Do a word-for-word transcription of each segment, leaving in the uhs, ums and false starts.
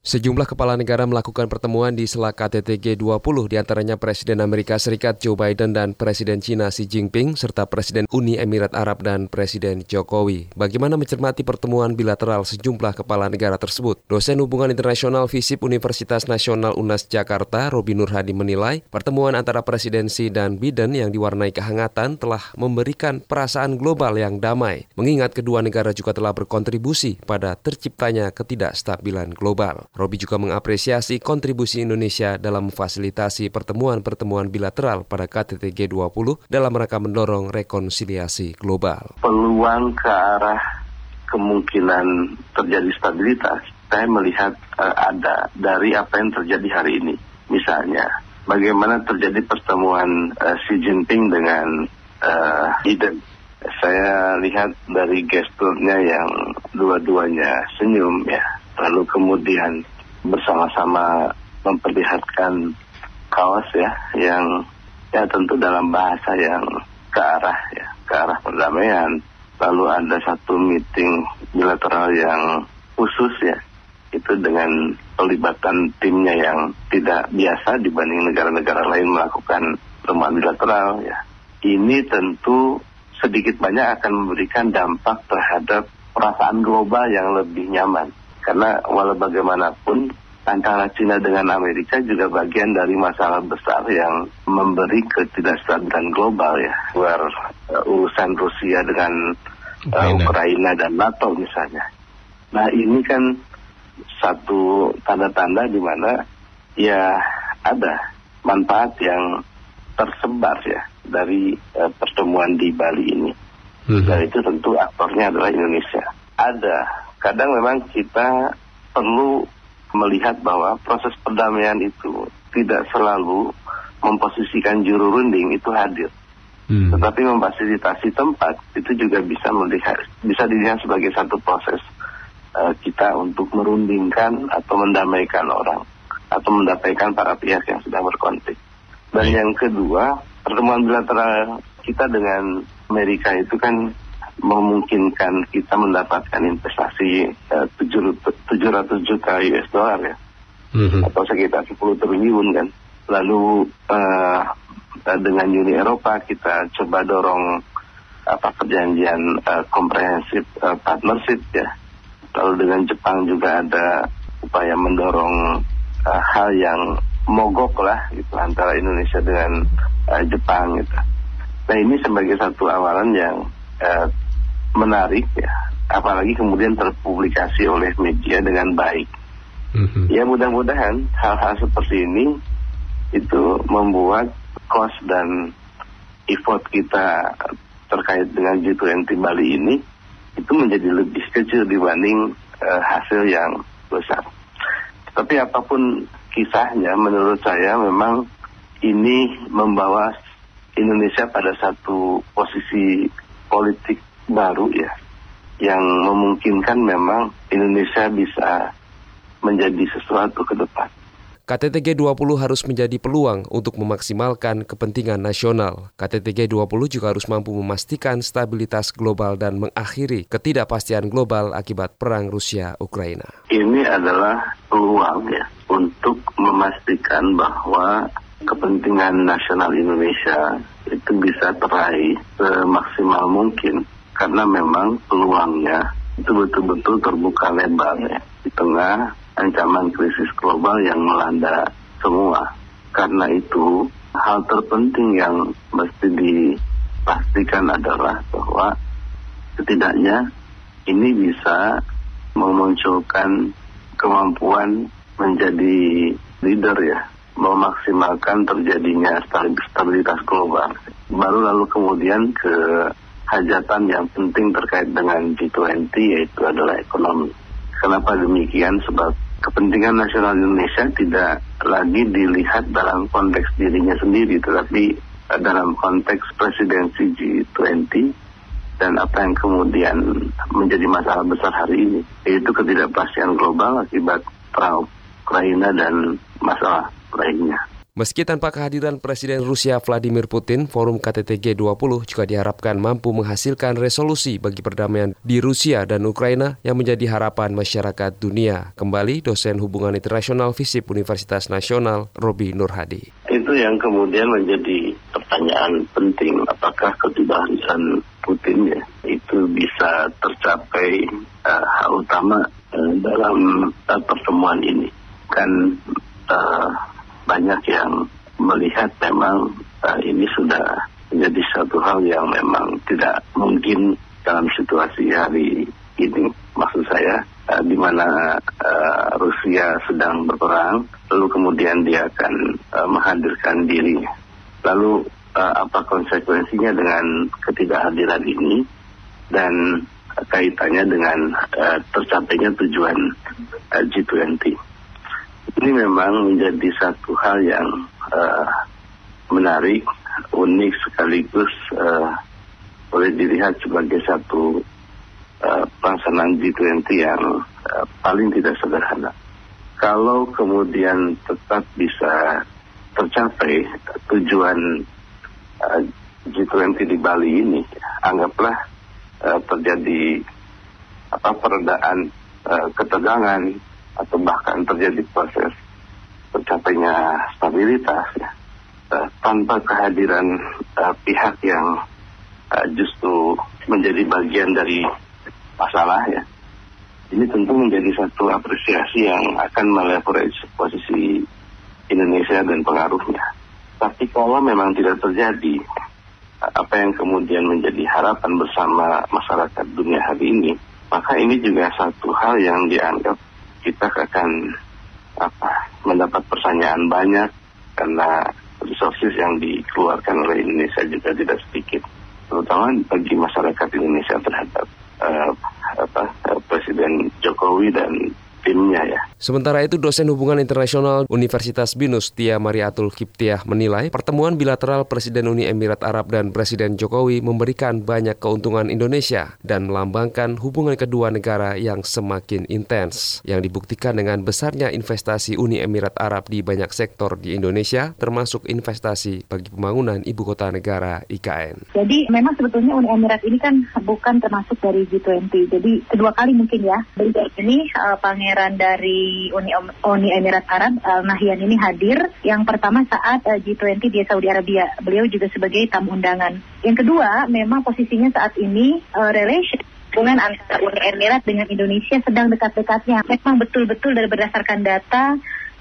Sejumlah kepala negara melakukan pertemuan di sela K T T G dua puluh, diantaranya Presiden Amerika Serikat Joe Biden dan Presiden China Xi Jinping, serta Presiden Uni Emirat Arab dan Presiden Jokowi. Bagaimana mencermati pertemuan bilateral sejumlah kepala negara tersebut? Dosen Hubungan Internasional FISIP Universitas Nasional U N A S Jakarta, Robi Nur Hadi menilai, pertemuan antara Presiden Xi dan Biden yang diwarnai kehangatan telah memberikan perasaan global yang damai, mengingat kedua negara juga telah berkontribusi pada terciptanya ketidakstabilan global. Robi juga mengapresiasi kontribusi Indonesia dalam memfasilitasi pertemuan-pertemuan bilateral pada K T T G dua puluh dalam rangka mendorong rekonsiliasi global. Peluang ke arah kemungkinan terjadi stabilitas, saya melihat uh, ada dari apa yang terjadi hari ini. Misalnya, bagaimana terjadi pertemuan uh, Xi Jinping dengan uh, Biden. Saya lihat dari gesturnya yang dua-duanya senyum ya. Lalu kemudian bersama-sama memperlihatkan kaos ya, yang ya tentu dalam bahasa yang ke arah ya, ke arah perdamaian. Lalu ada satu meeting bilateral yang khusus ya, itu dengan pelibatan timnya yang tidak biasa dibanding negara-negara lain melakukan pertemuan bilateral ya. Ini tentu sedikit banyak akan memberikan dampak terhadap perasaan global yang lebih nyaman. Karena walau bagaimanapun antara China dengan Amerika juga bagian dari masalah besar yang memberi ketidakstabilan global ya. Luar uh, urusan Rusia dengan uh, Ukraina dan NATO misalnya. Nah ini kan satu tanda-tanda di mana ya ada manfaat yang tersebar ya dari uh, pertemuan di Bali ini. Hmm. Dan itu tentu aktornya adalah Indonesia. Ada. Kadang memang kita perlu melihat bahwa proses perdamaian itu tidak selalu memposisikan juru runding itu hadir. Hmm. Tetapi memfasilitasi tempat itu juga bisa melihat, bisa dilihat sebagai satu proses uh, kita untuk merundingkan atau mendamaikan orang atau mendamaikan para pihak yang sedang berkonflik. Dan hmm. yang kedua, pertemuan bilateral kita dengan Amerika itu kan memungkinkan kita mendapatkan investasi uh, tujuh ratus juta U S dollar ya, mm-hmm. atau sekitar sepuluh triliun kan. Lalu uh, dengan Uni Eropa kita coba dorong apa perjanjian uh, komprehensif uh, partnership ya. Lalu dengan Jepang juga ada upaya mendorong uh, hal yang mogok lah gitu antara Indonesia dengan uh, Jepang gitu. Nah ini sebagai satu awalan yang uh, menarik ya, apalagi kemudian terpublikasi oleh media dengan baik. Mm-hmm. Ya mudah-mudahan hal-hal seperti ini itu membuat cost dan effort kita terkait dengan G dua puluh Bali ini itu menjadi lebih kecil dibanding uh, hasil yang besar. Tapi apapun kisahnya, menurut saya memang ini membawa Indonesia pada satu posisi politik baru ya, yang memungkinkan memang Indonesia bisa menjadi sesuatu ke depan. K T T G dua puluh harus menjadi peluang untuk memaksimalkan kepentingan nasional. K T T G dua puluh juga harus mampu memastikan stabilitas global dan mengakhiri ketidakpastian global akibat perang Rusia-Ukraina. Ini adalah peluang ya untuk memastikan bahwa kepentingan nasional Indonesia itu bisa teraih semaksimal mungkin. Karena memang peluangnya itu betul-betul terbuka lebar ya, di tengah ancaman krisis global yang melanda semua. Karena itu, hal terpenting yang mesti dipastikan adalah bahwa setidaknya ini bisa memunculkan kemampuan menjadi leader ya, memaksimalkan terjadinya stabilitas global. Baru lalu kemudian ke hajatan yang penting terkait dengan G dua puluh yaitu adalah ekonomi. Kenapa demikian? Sebab kepentingan nasional Indonesia tidak lagi dilihat dalam konteks dirinya sendiri, tetapi dalam konteks presidensi G dua puluh dan apa yang kemudian menjadi masalah besar hari ini, yaitu ketidakpastian global akibat perang Ukraina dan masalah lainnya. Meski tanpa kehadiran Presiden Rusia Vladimir Putin, forum K T T G dua puluh juga diharapkan mampu menghasilkan resolusi bagi perdamaian di Rusia dan Ukraina yang menjadi harapan masyarakat dunia. Kembali dosen hubungan internasional FISIP Universitas Nasional, Robi Nurhadi. Itu yang kemudian menjadi pertanyaan penting, apakah ketidakhadiran Putin ya itu bisa tercapai uh, hal utama uh, dalam uh, pertemuan ini. Kan uh, banyak yang melihat memang uh, ini sudah menjadi satu hal yang memang tidak mungkin dalam situasi hari ini. Maksud saya, uh, di mana uh, Rusia sedang berperang, lalu kemudian dia akan uh, menghadirkan dirinya. Lalu uh, apa konsekuensinya dengan ketidakhadiran ini dan uh, kaitannya dengan uh, tercapainya tujuan uh, G dua puluh. Ini memang menjadi satu hal yang uh, menarik, unik sekaligus uh, boleh dilihat sebagai satu uh, pelaksanaan G dua puluh yang uh, paling tidak sederhana. Kalau kemudian tetap bisa tercapai tujuan uh, G dua puluh di Bali ini, anggaplah uh, terjadi apa peredaan uh, ketegangan, atau bahkan terjadi proses tercapainya stabilitas ya, uh, tanpa kehadiran uh, pihak yang uh, justru menjadi bagian dari masalah ya. Ini tentu menjadi satu apresiasi yang akan meleverage posisi Indonesia dan pengaruhnya. Tapi kalau memang tidak terjadi, uh, apa yang kemudian menjadi harapan bersama masyarakat dunia hari ini, maka ini juga satu hal yang dianggap kita akan apa mendapat pertanyaan banyak karena resources yang dikeluarkan oleh Indonesia juga tidak sedikit, terutama bagi masyarakat Indonesia terhadap uh, apa uh, Presiden Jokowi dan timnya ya. Sementara itu, dosen hubungan internasional Universitas Binus Tia Mariatul Kiptiah menilai pertemuan bilateral Presiden Uni Emirat Arab dan Presiden Jokowi memberikan banyak keuntungan Indonesia dan melambangkan hubungan kedua negara yang semakin intens, yang dibuktikan dengan besarnya investasi Uni Emirat Arab di banyak sektor di Indonesia, termasuk investasi bagi pembangunan ibu kota negara I K N. Jadi memang sebetulnya Uni Emirat ini kan bukan termasuk dari G dua puluh, jadi kedua kali mungkin ya. Beliau ini uh, pangeran dari Uni, Uni Emirat Arab, Al Nahyan ini hadir. Yang pertama saat uh, G dua puluh di Saudi Arabia. Beliau juga sebagai tamu undangan. Yang kedua, memang posisinya saat ini uh, relation hubungan antara Uni Emirat dengan Indonesia sedang dekat-dekatnya. Memang betul-betul dari berdasarkan data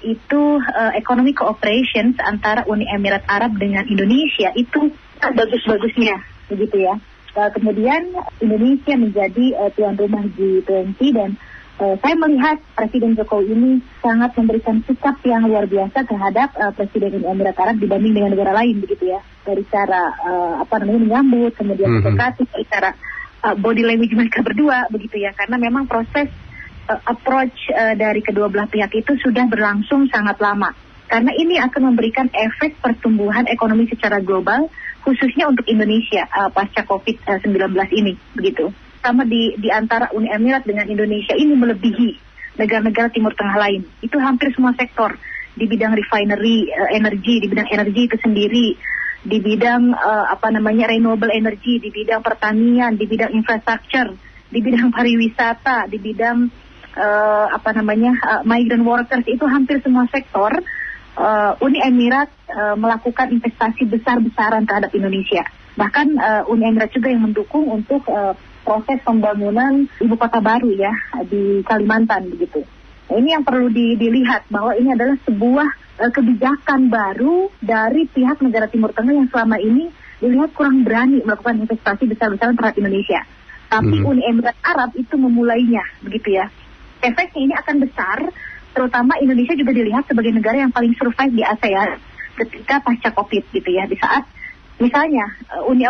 itu uh, economic cooperation antara Uni Emirat Arab dengan Indonesia itu bagus-bagusnya, begitu ya. Uh, kemudian Indonesia menjadi uh, tuan rumah G dua puluh dan Uh, saya melihat Presiden Jokowi ini sangat memberikan sikap yang luar biasa terhadap uh, Presiden Uni Emirat Arab dibanding dengan negara lain, begitu ya. Dari cara uh, apa namanya menyambut, kemudian mendekati, mm-hmm. dari cara uh, body language mereka berdua, begitu ya. Karena memang proses uh, approach uh, dari kedua belah pihak itu sudah berlangsung sangat lama. Karena ini akan memberikan efek pertumbuhan ekonomi secara global, khususnya untuk Indonesia uh, pasca covid sembilan belas ini, begitu. Sama di, di antara Uni Emirat dengan Indonesia ini melebihi negara-negara Timur Tengah lain. Itu hampir semua sektor. Di bidang refinery, uh, energi, di bidang energi itu sendiri, di bidang uh, apa namanya renewable energy, di bidang pertanian, di bidang infrastruktur, di bidang pariwisata, di bidang uh, apa namanya uh, migrant workers, itu hampir semua sektor uh, Uni Emirat uh, melakukan investasi besar-besaran terhadap Indonesia. Bahkan uh, Uni Emirat juga yang mendukung untuk uh, proses pembangunan ibu kota baru ya di Kalimantan begitu. Nah, ini yang perlu di, dilihat bahwa ini adalah sebuah uh, kebijakan baru dari pihak negara Timur Tengah yang selama ini dilihat kurang berani melakukan investasi besar-besaran terhadap Indonesia. Tapi hmm. Uni Emirat Arab itu memulainya begitu ya. Efeknya ini akan besar, terutama Indonesia juga dilihat sebagai negara yang paling survive di ASEAN ketika pasca Covid gitu ya. Di saat misalnya Uni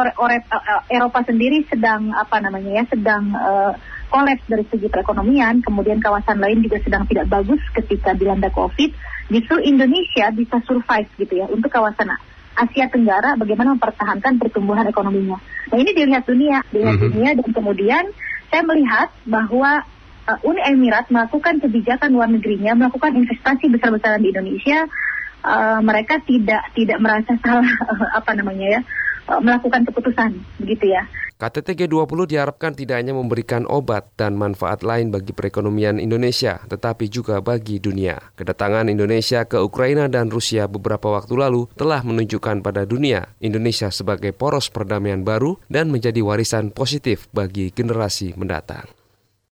Eropa sendiri sedang apa namanya ya sedang uh, kolaps dari segi perekonomian, kemudian kawasan lain juga sedang tidak bagus ketika dilanda Covid. Justru Indonesia bisa survive gitu ya untuk kawasan Asia Tenggara, bagaimana mempertahankan pertumbuhan ekonominya. Nah ini dilihat dunia, dilihat mm-hmm. dunia dan kemudian saya melihat bahwa uh, Uni Emirat melakukan kebijakan luar negerinya, melakukan investasi besar-besaran di Indonesia uh, mereka tidak tidak merasa salah apa namanya ya uh, melakukan keputusan begitu ya. K T T G dua puluh diharapkan tidak hanya memberikan obat dan manfaat lain bagi perekonomian Indonesia, tetapi juga bagi dunia. Kedatangan Indonesia ke Ukraina dan Rusia beberapa waktu lalu telah menunjukkan pada dunia Indonesia sebagai poros perdamaian baru dan menjadi warisan positif bagi generasi mendatang.